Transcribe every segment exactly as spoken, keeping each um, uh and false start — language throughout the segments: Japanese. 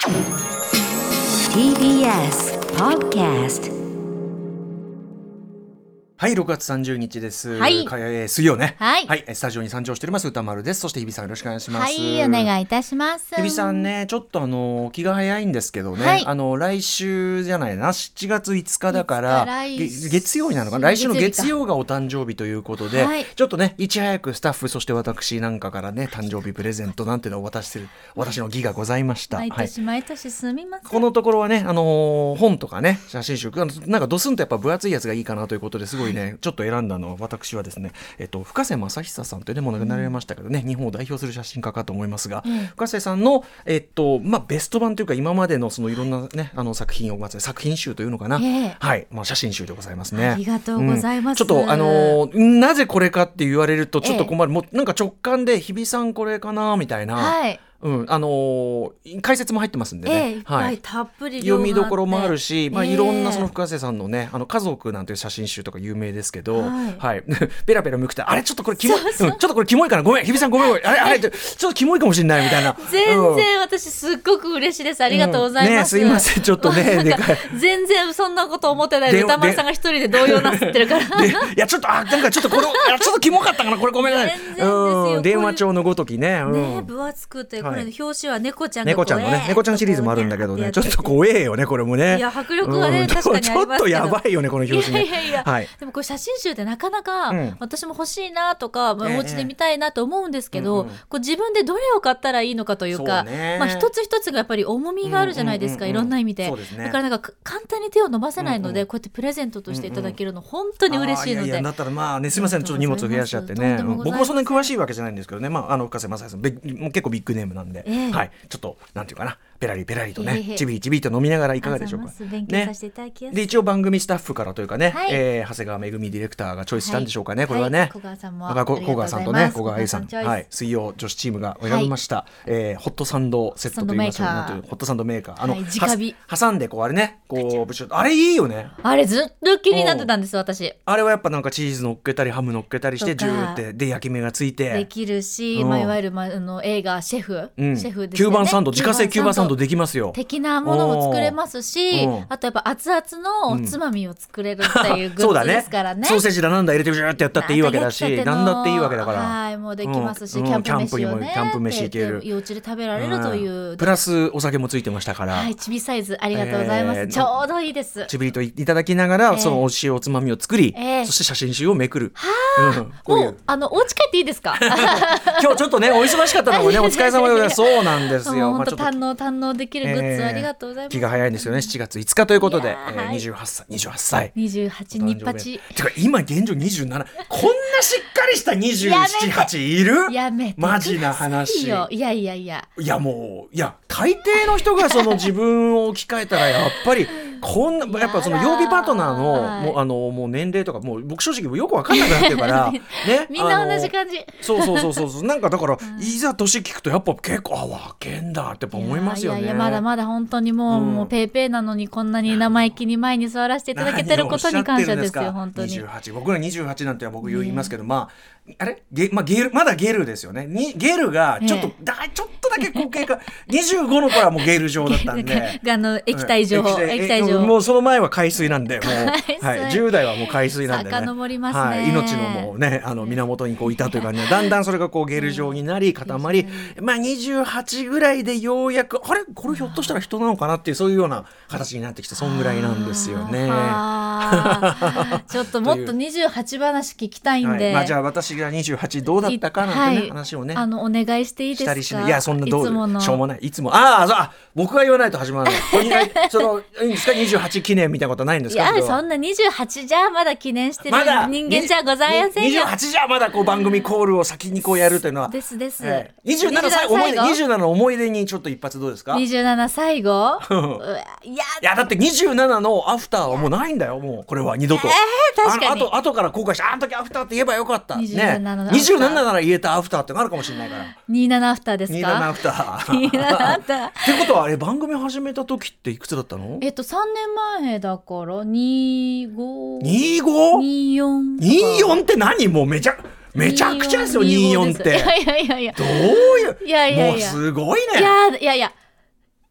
ティービーエス Podcast。 はい、ろくがつさんじゅうにちです。 はい、 かえー、水曜ね、 はい、 はい、スタジオに参上しております歌丸です。そして日比さんよろしくお願いします。 はい、お願いいたします。 日比さんね、ちょっとあの気が早いんですけどね、 はい、 あの来週じゃないな、しちがついつかだから月曜日なのかな、来週の月曜がお誕生日ということで、はい、ちょっとねいち早くスタッフそして私なんかからね誕生日プレゼントなんてのを渡してる私の儀がございました。 毎年毎年すみません、 はい、このところはね、あのー、本とかね写真集なんかドスンとやっぱ分厚いやつがいいかなということですごいね、はい、ちょっと選んだのは私はですね、えっと、深瀬正久さんというねものがなられましたけどね、うん、日本を代表する写真家かと思いますが、うん、深瀬さんの、えっとまあ、ベスト版というか今までのそのいろんな、ね、あの作品をまず作品集というのかな、えーはいまあ、写真集でございますね。 ありがとうございます、 うん、ちょっとあのー、なぜこれかって言われるとちょっと困る、えー、もうなんか直感で日比さんこれかなみたいな、はいうんあのー、解説も入ってますんでね、 えーいっぱいはい、たっぷり読みどころもあるし、まあ、いろんなその深瀬さんのねあの家族なんていう写真集とか有名ですけど、はいはい、ペラペラむくてあれちょっとこれキモい、うん、ちょっとこれキモいかなごめん日比さんごめんごめんあれあれちょっとキモいかもしれないみたいな全然私すっごく嬉しいです。ありがとうございます、 うんね、すいませんちょっとねでかい全然そんなこと思ってないで歌丸さんが一人で動揺なすってるからいやちょっとあなんかちょっとこれちょっとキモかったかなこれごめんなさい全然ですよ、うん、電話帳のごときね、うん、 ね分厚くてこれの表紙は猫ちゃんが猫ちゃんのね猫ちゃんシリーズもあるんだけどねちょっと怖えよねこれもね。 いや迫力がね、うん、確かにありますけどちょっとやばいよねこの表紙ね。 いやいやいや、はい、でもこれ写真集ってなかなか、うん、私も欲しいなとか、まあ、お家で見たいなと思うんですけど、ええ、こう自分でどれを買ったらいいのかというか、まあ、一つ一つがやっぱり重みがあるじゃないですか、うんうんうん、いろんな意味で、ね、だからなんか簡単に手を伸ばせないので、うんうん、こうやってプレゼントとしていただけるの本当に嬉しいので、 いやいやだったらまあねすいませんちょっと荷物を増やしちゃってね、僕もそんなに詳しいわけじゃないんですけどね、まあ、あの深瀬正也さん結構ビッグネームなんで、ええ、はいちょっとなんていうかなペラリペラリとね、えー、ちびりちびりと飲みながらいかがでしょうか。 勉強させていただきます、 ね、で一応番組スタッフからというかね、はいえー、長谷川めぐみディレクターがチョイスしたんでしょうかね、はい、これはね、はい、 小川さんも小川さんとね小川愛さん、はい、水曜女子チームが選びました、はいえー、ホットサンドセットといいますかホットサンドメーカーあの、はい、直火挟んでこうあれねこうあれいいよね。 あれずっと気になってたんです私。 あれはやっぱなんかチーズ乗っけたりハム乗っけたりしてジューってで焼き目がついてできるし、まあ、いわゆる、まあ、あの映画シェフ、うん、シェフですね、 キューバンサンド自家製キューバンサンドできますよ的なものも作れますし、あとやっぱ熱々のおつまみを作れるっていうグッズですからね、 うん、そうだねソーセージだなんだ入れてジューってやったっていいわけだしなんだっていいわけだから、 はいもうできますし、うん、キャンプ飯をねキャンプ飯いけるお家で食べられるという、うん、 プラスお酒もついてましたから、 はいちびサイズありがとうございます、えー、ちょうどいいです。 ちびりといただきながら、えー、そのおいしいおつまみを作り、えー、そして写真集をめくる、 はあ、うん、こういうもうあのお家帰っていいですか今日ちょっとねお忙しかったのもねお疲れ様でございますそうなんですよ本当、まあ、堪能堪能できるグッズ、えー、ありがとうございます。 気が早いんですよねしちがついつかということで、えー、にじゅうはっさいにじゅうはっさいにじゅうはち日八てか今現状にじゅうななこんなしっかりしたにじゅうなな、はちいるやめてマジな話いやいやいやいやいやもういや大抵の人がその自分を置き換えたらやっぱりこんなやっぱその曜日パートナーのもうあのもう年齢とかもう僕正直よく分かんなくなってるからねみんな同じ感じそうそうそうそうそうなんかだからいざ年聞くとやっぱ結構あ分けんだってやっぱ思いますよね。 いやいやまだまだ本当にもう、うん、もうペーペーなのにこんなに生意気に前に座らせていただけてることに感謝ですよ本当に。 にじゅうはち僕らにじゅうはちなんて僕言いますけど、ね、まああれゲ、まあ、ゲルまだゲルですよねにゲルがちょっと、ええ、だちょっとだけ後継がにじゅうごの頃はもうゲル状だったんであの液体状、うん、液体、液体状もうその前は海水なんでもう、はい、じゅう代はもう海水なんでね遡りますね、 はい、命のもうねあの源にこういたというかねだんだんそれがこうゲル状になり固まり、まあ、にじゅうはちぐらいでようやくあれこれひょっとしたら人なのかなっていうそういうような形になってきてそんぐらいなんですよねちょっともっとにじゅうはち話聞きたいんで、 はいまあ、じゃあ私がにじゅうはちどうだったかなんて、ねはい、話をねあのお願いしていいですか。 したりしいやそんなどういつものしょうもないいつもあああ僕が言わないと始まらないそのいいんですかにじゅうはち記念みたいなことないんですか。 いやそんなにじゅうはちじゃまだ記念してる人間じゃございませんよ。 にじゅうはちじゃまだこう番組コールを先にこうやるというのはですです、 えー、にじゅうなな最後思い出にじゅうななの思い出にちょっと一発どうですか。 にじゅうなな最後いやいやだってにじゅうななのアフターはもうないんだよもうこれは二度と、 えー、確かにあと後から後悔してあの時アフターって言えばよかったにじゅうなな、ね、にじゅうなななら言えたアフターってなるかもしれないからにじゅうななアフターですか。 にじゅうななアフターにじゅうななアフターってことはあれ番組始めた時っていくつだったの。 えっとさんねんまえだからにじゅうごにじゅうごにじゅうよんにじゅうよんって何もうめちゃめちゃくちゃですよにじゅうよんって。 いやいやいやいやどういういやいやいやもうすごいね。 いやいやいや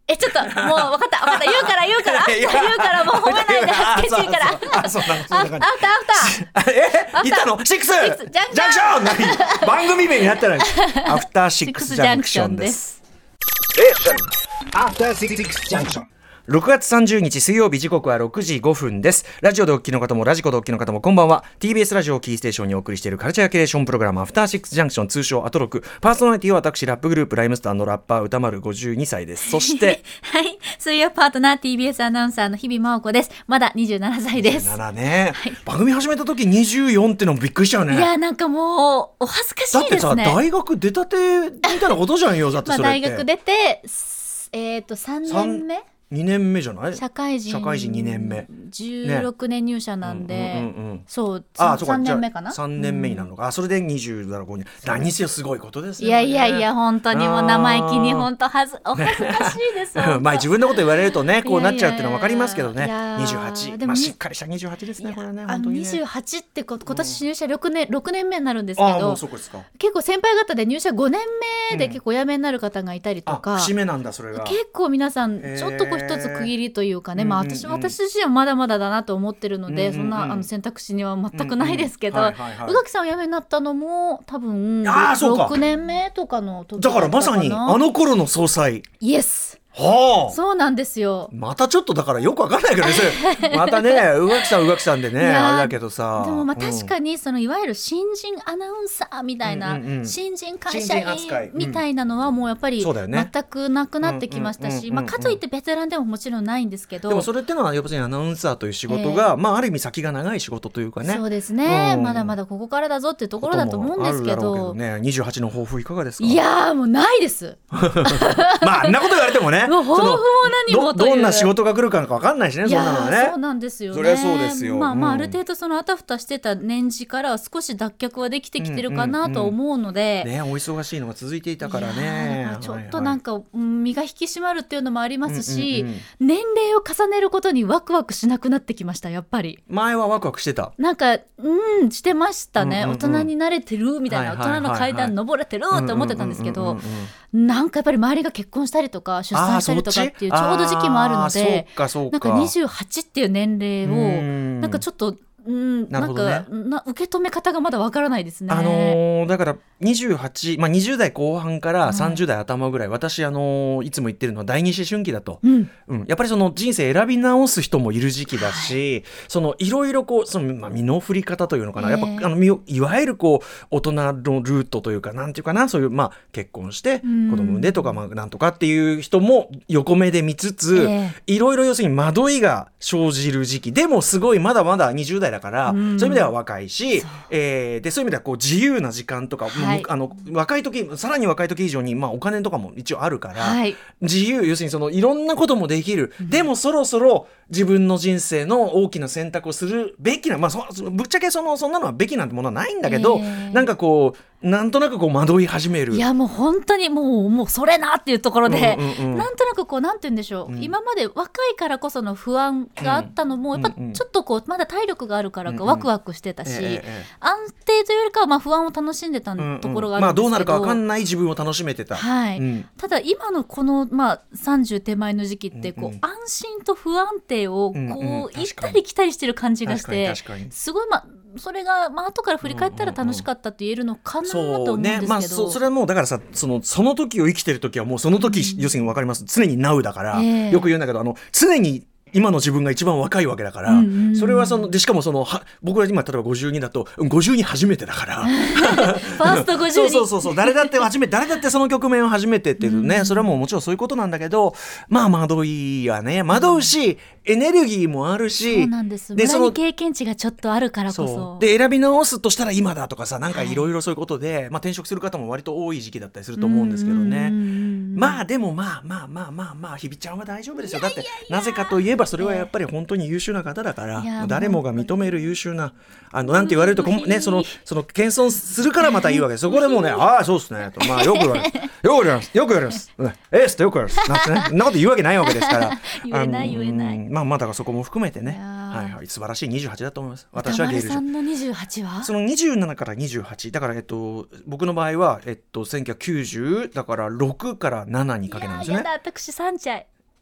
えちょっともう分かった分かった言うから言うから言うからもう褒めないで恥ずかしいからあそうなのアフターアフターえ言ったのシックスジャンクション何番組名になったらアフターシックスジャンクションですアフターシックスジャンクションろくがつさんじゅうにち水曜日、時刻はろくじごふんです。ラジオでお聞きの方もラジコでお聞きの方もこんばんは。 ティービーエス ラジオをキーステーションにお送りしているカルチャーキュレーションプログラムアフターシックスジャンクション、通称アトロク。パーソナリティは私ラップグループライムスターのラッパー歌丸ごじゅうにさいです。そしてはい水曜パートナー ティービーエス アナウンサーの日々真央子です。まだにじゅうななさいです。 にじゅうななね、はい、番組始めた時にじゅうよんってのもびっくりしちゃうね。 いやなんかもうお恥ずかしいですね。 だってさ大学出たてみたいなことじゃんよ。だってそれって、まあ、 大学出てえっとさんねんめにねんめじゃない？ 社会人社会人にねんめじゅうろくねん入社なんで、ねうんうんうん、そうあさんねんめかなさんねんめになるのか、うん、あそれでにじゅうごにん何せよすごいことですね。 いやいやいや本当にもう生意気に本当はずお恥ずかしいですまあ自分のこと言われるとねこうなっちゃうっていうのは分かりますけどね。にじゅうはちまあしっかりしたにじゅうはちですねこれね。 あのねにじゅうはちってこ今年入社ろくねん、ろくねんめになるんですけど、 あもうそこですか。 結構先輩方で入社ごねんめで結構お辞めになる方がいたりとか、 うん、節目なんだそれが。 結構皆さんちょっとこう一つ区切りというかね、まあ、私, 私自身はまだまだだなと思ってるので、うんうんうん、そんなあの選択肢には全くないですけど、宇垣さんお辞めになったのも多分ろくねんめとかの時だったかな。 だからまさにあの頃の総裁イエスはあ、 そうなんですよ。 またちょっとだからよくわかんないけどねまたね宇垣さん宇垣さんでねあれだけどさでもまあ確かにそのいわゆる新人アナウンサーみたいな、うんうんうん、新人会社員みたいなのはもうやっぱり全くなくなってきましたし、まあかといってベテランでももちろんないんですけど、 でもそれってのは要するにアナウンサーという仕事が、えー、まあある意味先が長い仕事というかね。 そうですね、うん、まだまだここからだぞっていうところだと思うんですけど、 あるだろうけどね。にじゅうはちの抱負いかがですか？ いやもうないですまああんなこと言われてもねもう抱負も何もというど, どんな仕事が来るか分かんないしね。そんなのはね。 そうなんですよね。 そりゃそうですよ。 まあまあある程度そのあたふたしてた年次からは少し脱却はできてきてるかなと思うので、 うんうんうん、ねお忙しいのが続いていたからね。 ちょっとなんか、はいはい、身が引き締まるっていうのもありますし、うんうんうん、年齢を重ねることにワクワクしなくなってきました。やっぱり前はワクワクしてた。 なんかうんしてましたね、うんうんうん、大人になれてるみたいな、はいはいはいはい、大人の階段登れてるって思ってたんですけど、なんかやっぱり周りが結婚したりとか出産したりとかっていうちょうど時期もあるので、 そうかそうか、 なんかにじゅうはちっていう年齢をなんかちょっとうん、なるほどね、なんかな受け止め方がまだわからないですね。 あのー、だからにじゅうはち、まあ、にじゅう代後半からさんじゅう代頭ぐらい、うん、私、あのー、いつも言ってるのは第二思春期だと、うんうん、やっぱりその人生選び直す人もいる時期だし、はい、そのいろいろこうその、まあ、身の振り方というのかな、えー、やっぱあのいわゆるこう大人のルートというかなんていうかな、そういう、まあ、結婚して子供産んでとか、まあ、なんとかっていう人も横目で見つつ、えー、いろいろ要するに惑いが生じる時期でもすごいまだまだにじゅう代だから、うん、そういう意味では若いし、そう、えー、でそういう意味ではこう自由な時間とか、はい、あの若い時さらに若い時以上に、まあ、お金とかも一応あるから、はい、自由要するにそのいろんなこともできる、うん、でもそろそろ自分の人生の大きな選択をするべきな、まあ、そぶっちゃけそのそんなのはべきなんてものはないんだけど、えー、なんかこうなんとなくこう惑い始める。 いやもう本当にもう、もうそれなっていうところで、うんうんうん、なんとなくこうなんて言うんでしょう、うん、今まで若いからこその不安があったのも、うん、やっぱちょっとこうまだ体力があるからかワクワクしてたし、うんうんえー、安定というよりかはまあ不安を楽しんでたところがあるんですけど、うんうんまあ、どうなるか分かんない自分を楽しめてた、はいうん、ただ今のこの、まあ、さんじゅう手前の時期ってこう、うんうん、安心と不安定をこう、うんうん、行ったり来たりしてる感じがしてすごいまあそれが、まあ後から振り返ったら楽しかったって言えるのかなと思うんですけど、そうね、まあ、そ, それはもうだからさその、その時を生きてる時はもうその時、うん、要するに分かります常に Now だから、えー、よく言うんだけどあの常に今の自分が一番若いわけだから、うんうんうん、それはそのでしかもそのは僕は今例えばごじゅうにだとごじゅうに初めてだからファーストごじゅうにそうそうそうそう誰だって初めて誰だってその局面を初めてっていうね、うん、それはもうもちろんそういうことなんだけど、まあ惑いはね惑うし、うん、エネルギーもあるし、 そうなんです。で無駄に経験値がちょっとあるからこそ、 そうで選び直すとしたら今だとかさなんかいろいろそういうことで、はいまあ、転職する方も割と多い時期だったりすると思うんですけどね。まあでもまあまあまあまあまあ日比ちゃんは大丈夫ですよ。だってなぜかといえばそれはやっぱり本当に優秀な方だから、誰もが認める優秀なあのなんて言われるとねそのその謙遜するからまたいいわけでそこでもうねああそうですねとまあよく言われますよく言われますよく言われますエースとよく言われますなんてねそんなこと言うわけないわけですから言えない言えないまあまあだからそこも含めてねはいはい素晴らしいにじゅうはちだと思います。私は歌丸さんのにじゅうはちはそのにじゅうななからにじゅうはちだからえっと僕の場合はえっとせんきゅうひゃくきゅうじゅうだからろくからななにかけなんですね。 いややだ私さんちゃい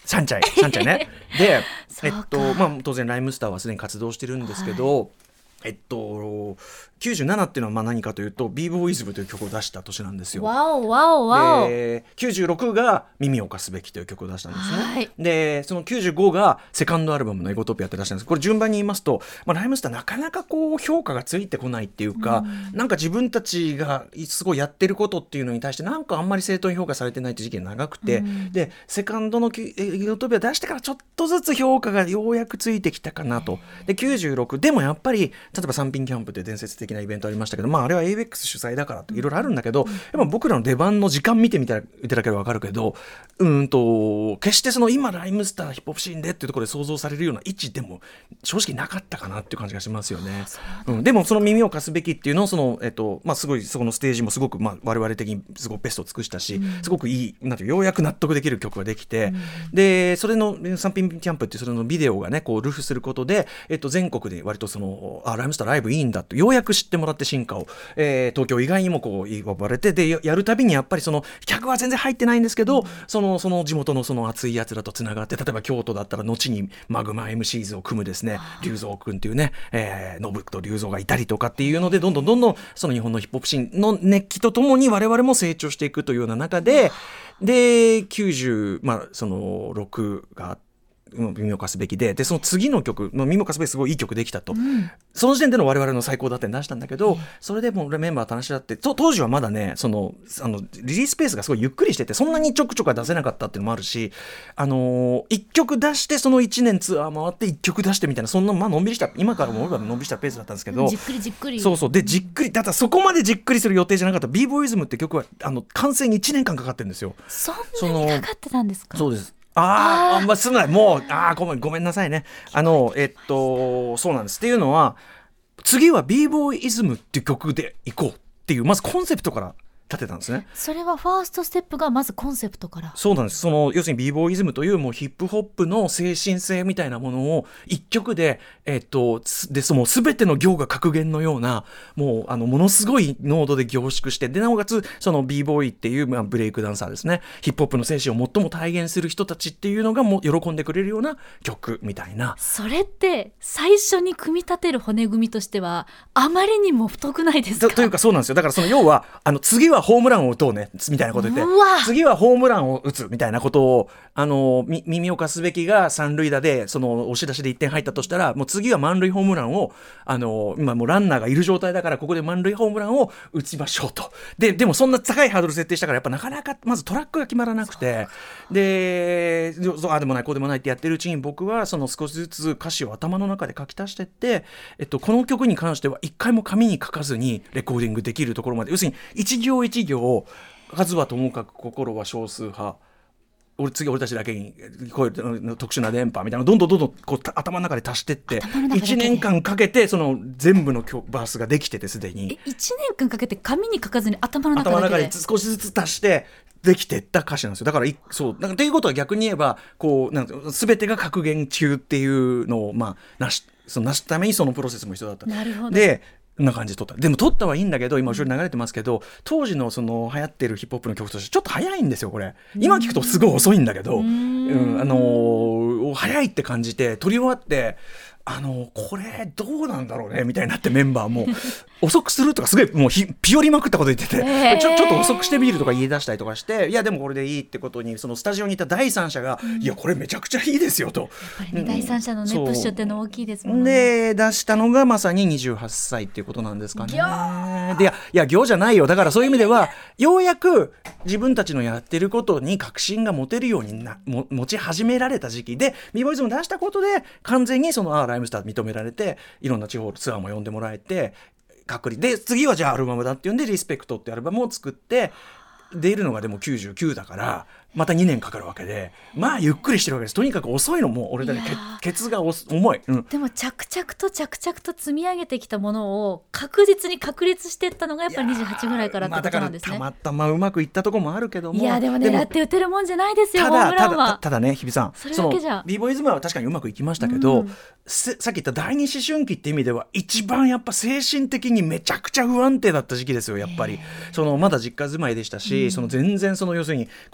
シャンチャイシャンチャイねで、えっとまあ、当然ライムスターはすでに活動してるんですけど、はい、えっときゅうじゅうななっていうのはまあ何かというと ビーボーイズムという曲を出した年なんですよ。 わおわおわお。 できゅうじゅうろくが耳を貸すべきという曲を出したんですね、 はい、 でそのきゅうじゅうごがセカンドアルバムのエゴトピアって出したんです。これ順番に言いますと、まあ、ライムスターなかなかこう評価がついてこないっていうか、うん、なんか自分たちがすごいやってることっていうのに対してなんかあんまり正当に評価されてないって時期が長くて、うん、でセカンドのエゴトピア出してからちょっとずつ評価がようやくついてきたかなと。できゅうじゅうろくでもやっぱり例えばサンピンキャンプって伝説的なイベントありましたけど、まあ、あれは エイベックス 主催だからっていろいろあるんだけど、うん、やっぱ僕らの出番の時間見てみたらいただければ分かるけど、うんと決してその今ライムスターヒップホップシーンでっていうところで想像されるような位置でも正直なかったかなっていう感じがしますよね。うん、でもその耳を貸すべきっていうのをその、えっとまあ、すごいそこのステージもすごく、まあ、我々的にすごくベストを尽くしたし、うん、すごくいいなんていうようやく納得できる曲ができて、うん、でそれのサンピンキャンプっていうそれのビデオがねこうルフすることで、えっと、全国で割とそのあライムスターライブいいんだとようやく知ってもらって進化を、えー、東京以外にもこう呼ばれてでやるたびにやっぱりその客は全然入ってないんですけど、うん、そのその地元のその熱いやつらとつながって、例えば京都だったら後にマグマ エムシーズ を組むですね龍造君っていうね、えー、信と龍造がいたりとかっていうのでどんどんどんどんその日本のヒップホップシーンの熱気とともに我々も成長していくというような中でできゅうじゅう、まあ、そのろくがあって耳を貸すべき で, でその次の曲の耳を貸すべきすごいいい曲できたと、うん、その時点での我々の最高だって出したんだけど、うん、それでもメンバーと話し合ってと当時はまだねそのあのリリースペースがすごいゆっくりしててそんなにちょくちょくは出せなかったっていうのもあるし、あのー、いっきょく出してそのいちねんツアー回っていっきょく出してみたいなそんな、まあのんびりした今から思えばのんびりしたペースだったんですけど、 じっくりじっくりそうそうでじっくりだからそこまでじっくりする予定じゃなかった ビーボーイズムって曲はあの完成にいちねんかんかかってるんですよ。 そんなにかかってたんですか。 そうです。あーあんますんないもうあごめんごめんなさいね。あのえっとそうなんですっていうのは次は ビーボーイズムっていう曲でいこうっていうまずコンセプトから立てたんですね。 それはファーストステップがまずコンセプトから。 そうなんです。その要するに ビーボーイズムというもうヒップホップの精神性みたいなものを一曲で、えっと、でその全ての行が格言のようなもうあのものすごい濃度で凝縮してでなおかつその ビーボーイっていう、まあ、ブレイクダンサーですねヒップホップの精神を最も体現する人たちっていうのがもう喜んでくれるような曲みたいな。 それって最初に組み立てる骨組みとしてはあまりにも太くないですか。 と, というかそうなんですよ。だからその要はあの次はホームランを打とうねみたいなこと言って次はホームランを打つみたいなことをあの耳を貸すべきが三塁打でその押し出しでいってん入ったとしたらもう次は満塁ホームランをあの今もうランナーがいる状態だからここで満塁ホームランを打ちましょうと。ででもそんな高いハードル設定したからやっぱなかなかまずトラックが決まらなくてでああでもないこうでもないってやってるうちに僕はその少しずつ歌詞を頭の中で書き足してって、えっと、この曲に関しては一回も紙に書かずにレコーディングできるところまで要するに一行一行数はともかく心は少数派俺次俺たちだけにこういう特殊な電波みたいなどんどんどんどんこう頭の中で足してっていちねんかんかけてその全部のバースができててすでにえいちねんかんかけて紙に書かずに頭の中だけで頭の中で少しずつ足してできてった歌詞なんですよ。だからそうだからっていうことは逆に言えばこうなんか全てが格言中っていうのをまあなしそのなすためにそのプロセスも必要だった。 なるほど。 でこんな感じで撮った。でも撮ったはいいんだけど今後ろに流れてますけど当時のその流行ってるヒップホップの曲としてちょっと早いんですよこれ。今聞くとすごい遅いんだけど、うん、あのー、早いって感じて撮り終わってあのこれどうなんだろうねみたいになってメンバーも遅くするとかすごいもうピヨりまくったこと言ってて、えー、ちょ, ちょっと遅くしてみるとか言い出したりとかしていやでもこれでいいってことにそのスタジオにいた第三者が、うん、いやこれめちゃくちゃいいですよとやっぱり、ねうん、第三者の、ね、プッシュっての大きいですもんね。 で出したのがまさににじゅうはっさいっていうことなんですかね。でいやいや行じゃないよ。だからそういう意味ではようやく自分たちのやってることに確信が持てるようになも持ち始められた時期で ビーボーイズム出したことで完全にそのあライムスター認められていろんな地方ツアーも呼んでもらえて隔離で次はじゃあアルバムだっていうんでリスペクトってアルバムを作って出るのがでもきゅうじゅうきゅうだからまたにねんかかるわけでまあゆっくりしてるわけです。とにかく遅いのも俺たちケツが重い、うん、 でも着々と着々と積み上げてきたものを確実に確立していったのがやっぱりにじゅうはちぐらいからってことなんですね。 まあ、だからたまたまうまくいったところもあるけどもいやでも狙って打てるもんじゃないですよ。 ただただただね日比さんそれだけじゃビーボーイズムは確かにうまくいきましたけど、うん、さっき言った第二思春期って意味では一番やっぱ精神的にめちゃくちゃ不安定だった時期ですよやっぱり。そのまだ実家住まいでしたし、うん、その全然その要するにこれで食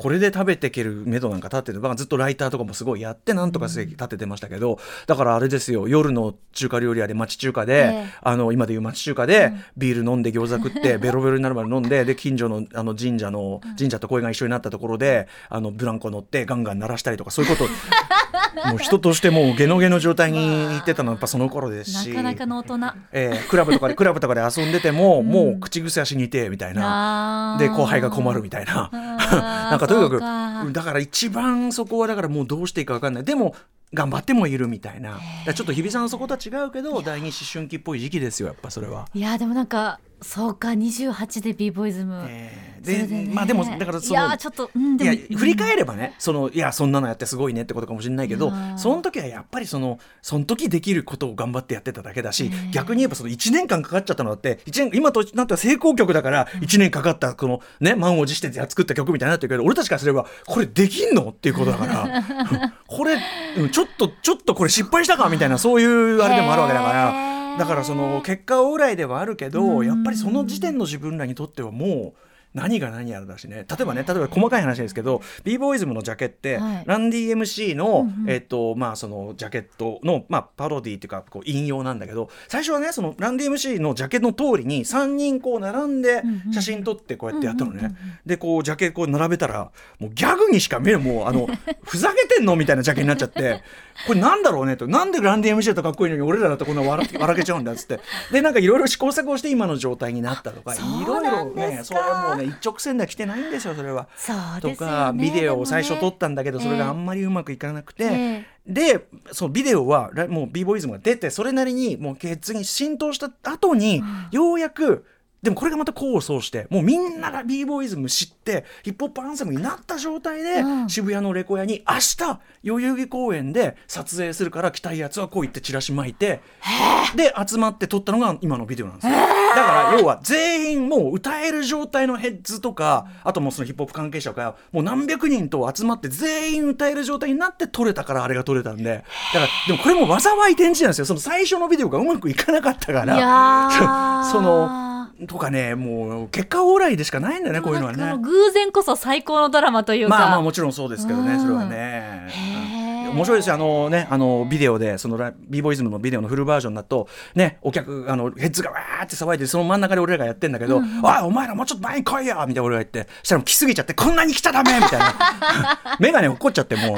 べていける目処なんか立ってて、まあ、ずっとライターとかもすごいやってなんとか立ててましたけど、うん、だからあれですよ、夜の中華料理屋で町中華で、えー、あの今でいう町中華で、うん、ビール飲んで餃子食ってベロベロになるまで飲んでで近所 の, あの神社の神社と公園が一緒になったところであのブランコ乗ってガンガン鳴らしたりとかそういうこともう人としてもうゲノゲの状態に行ってたのはやっぱその頃ですし、 なかなかの大人、 えー、クラブとかでクラブとかで遊んでても、うん、もう口癖足にてみたいなで後輩が困るみたいななんかとにかくかだから一番そこはだからもうどうしていいか分かんない、でも頑張ってもいるみたいな、だちょっと日比さんそことは違うけど第二思春期っぽい時期ですよやっぱそれは。 いやでもなんかそうかにじゅうはちで b ボーイズム、えー、で, で、ね、まあでもだからそのいやちょっと、うん、でもいや振り返ればね、そのいやそんなのやってすごいねってことかもしれないけど、その時はやっぱりそのその時できることを頑張ってやってただけだし、逆に言えばそのいちねんかんかかっちゃったのだっていちねん今となっては成功曲だからいちねんかかったこのね満を持して作った曲みたいになってるけど、俺たちからすればこれできんのっていうことだからこれちょっとちょっとこれ失敗したかみたいなそういうあれでもあるわけだから。だからその結果オーライではあるけど、やっぱりその時点の自分らにとってはもう何が何やらだしね。例えばね、例えば細かい話ですけど b ボーイズムのジャケって、はい、ランディ エムシー の、うんうんえーとまあ、そのジャケットの、まあ、パロディっていうかこう引用なんだけど、最初はねそのランディ エムシー のジャケの通りにさんにんこう並んで写真撮ってこうやってやったのね、うんうん、でこうジャケこう並べたらもうギャグにしか見える、もうあのふざけてんのみたいなジャケになっちゃってこれなんだろうねと、なんでランディ エムシー だとかっこいいのに俺らだとこんな笑けちゃうんだっつってでなんかいろいろ試行錯誤して今の状態になったとかいろいろね、それはもうね一直線では来てないんですよそれは。 そうですよね、 とかビデオを最初撮ったんだけど、ね、それがあんまりうまくいかなくて、えー、でそのビデオはもう b ボーイズムが出てそれなりにもう決に浸透した後に、うん、ようやくでもこれがまた功を奏してもうみんなが b ボーイズム知ってヒップホップアンセムになった状態で、うん、渋谷のレコヤに明日代々木公園で撮影するから来たいやつはこう言ってチラシ巻いてで集まって撮ったのが今のビデオなんですよ。だから要は全員もう歌える状態のヘッズとかあともうそのヒップホップ関係者がもう何百人と集まって全員歌える状態になって撮れたからあれが撮れたんで、だからでもこれも災い転じなんですよ。その最初のビデオがうまくいかなかったからいやそのとかね、もう結果オーライでしかないんだよねこういうのはね。 偶然こそ最高のドラマというか、 まあまあもちろんそうですけどね、それはね面白いですよ。あのねあのビデオでその b ボーイズムのビデオのフルバージョンだとねお客あのヘッズがわーって騒いでその真ん中で俺らがやってんだけど、うん、おいお前らもうちょっと前に来いよみたいな俺が言ってしたら来すぎちゃってこんなに来ちゃダメみたいなメガネ落っこっちゃってもう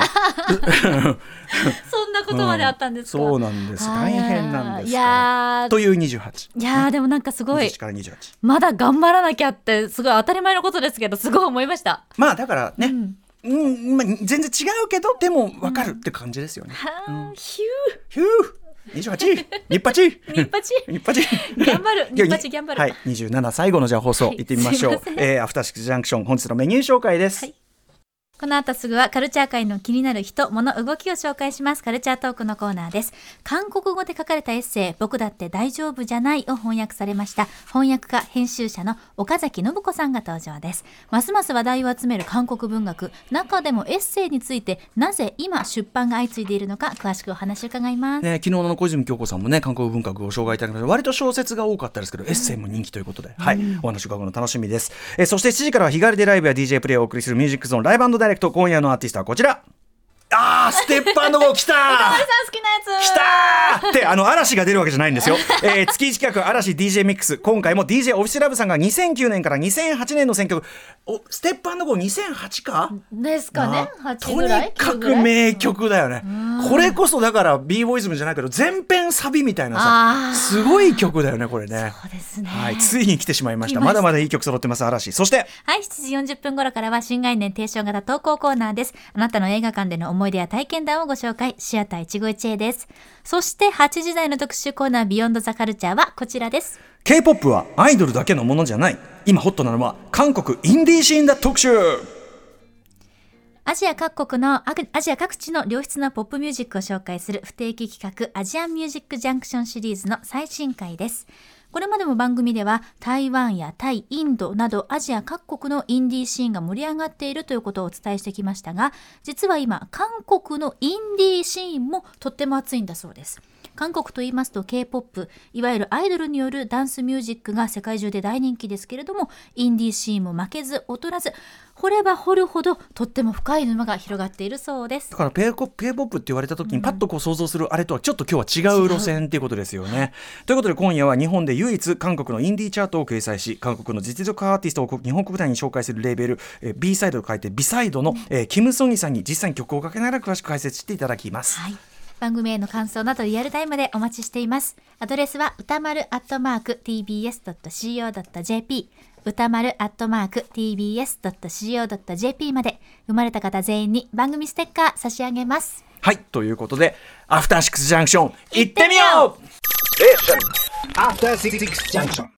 そんなことまであったんですか。 うん、そうなんです、大変なんです。 いやというにじゅうはち。 いやーでもなんかすごいにじゅうはちからにじゅうはちまだ頑張らなきゃってすごい当たり前のことですけどすごい思いました。 まあだからね、うんうんまあ、全然違うけどでも分かるって感じですよね。 うん、ヒューヒューにじゅうはち日八日八日八頑張る日八頑張る。 はい、にじゅうなな最後のじゃあ放送行ってみましょう。はい、えー、アフターシックスジャンクション本日のメニュー紹介です。はい、 この後すぐはカルチャー界の気になる人、物、動きを紹介します。カルチャートークのコーナーです。韓国語で書かれたエッセイ、僕だって大丈夫じゃないを翻訳されました。翻訳家、編集者の岡崎信子さんが登場です。ますます話題を集める韓国文学。中でもエッセイについて、なぜ今出版が相次いでいるのか、詳しくお話を伺います。 ね、昨日の小泉京子さんもね、韓国文学をご紹介いただきました。割と小説が多かったですけど、エッセイも人気ということで、うん、はい、お話を伺うの楽しみです。えー、そしてしちじからは日替わりでライブや ディージェー プレイをお送りするミュージックゾーンライブ&ダイレクト。今夜のアーティストはこちら。あーステップ&ゴー来たー歌丸さん好きなやつ来たーってあの嵐が出るわけじゃないんですよ、えー、月いち企画嵐 ディージェー ミックス、今回も ディージェー オフィスラブさんがにせんきゅうねんからにせんはちねんの選曲おステップ&ゴーにせんはちかですかね、はちとぐらいにかく名曲だよね。これこそだから b ボーイズムじゃないけど全編サビみたいなさすごい曲だよねこれね。 そうですね、 はい、ついに来てしまいました。まだまだいい曲揃ってます嵐。そしてはいしちじよんじゅっぷん頃からは新概念提唱型投稿コーナーです。あなたの映画館での思い出や体験談をご紹介、シアター一期一会です。そしてはちじ台の特集コーナービヨンドザカルチャーはこちらです。 K-ポップ はアイドルだけのものじゃない、今ホットなのは韓国インディーシーンだ特集。 アジア各国のアジア各地の良質なポップミュージックを紹介する不定期企画アジアンミュージックジャンクションシリーズの最新回です。これまでも番組では台湾やタイ、インドなどアジア各国のインディーシーンが盛り上がっているということをお伝えしてきましたが、実は今韓国のインディーシーンもとっても熱いんだそうです。 韓国と言いますと K-ポップ、 いわゆるアイドルによるダンスミュージックが世界中で大人気ですけれども、インディーシーンも負けず劣らず、掘れば掘るほどとっても深い沼が広がっているそうです。 だから K-ポップ って言われた時にパッとこう想像するあれとはちょっと今日は違う路線っていうことですよね。ということで今夜は日本で唯一韓国のインディーチャートを掲載し、韓国の実力派アーティストを日本国内に紹介するレーベル、えー、B サイドと書いてビサイドの、えー、キム・ソギさんに実際に曲をかけながら詳しく解説していただきます。 はい、番組への感想などリアルタイムでお待ちしています。アドレスは歌丸アットマーク ティービーエスドットシーオードットジェーピー、 歌丸アットマーク ティービーエスドットシーオードットジェーピー まで。生まれた方全員に番組ステッカー差し上げます。 はい、ということでアフターシックスジャンクション行ってみよう。 アフターシックスジャンクション。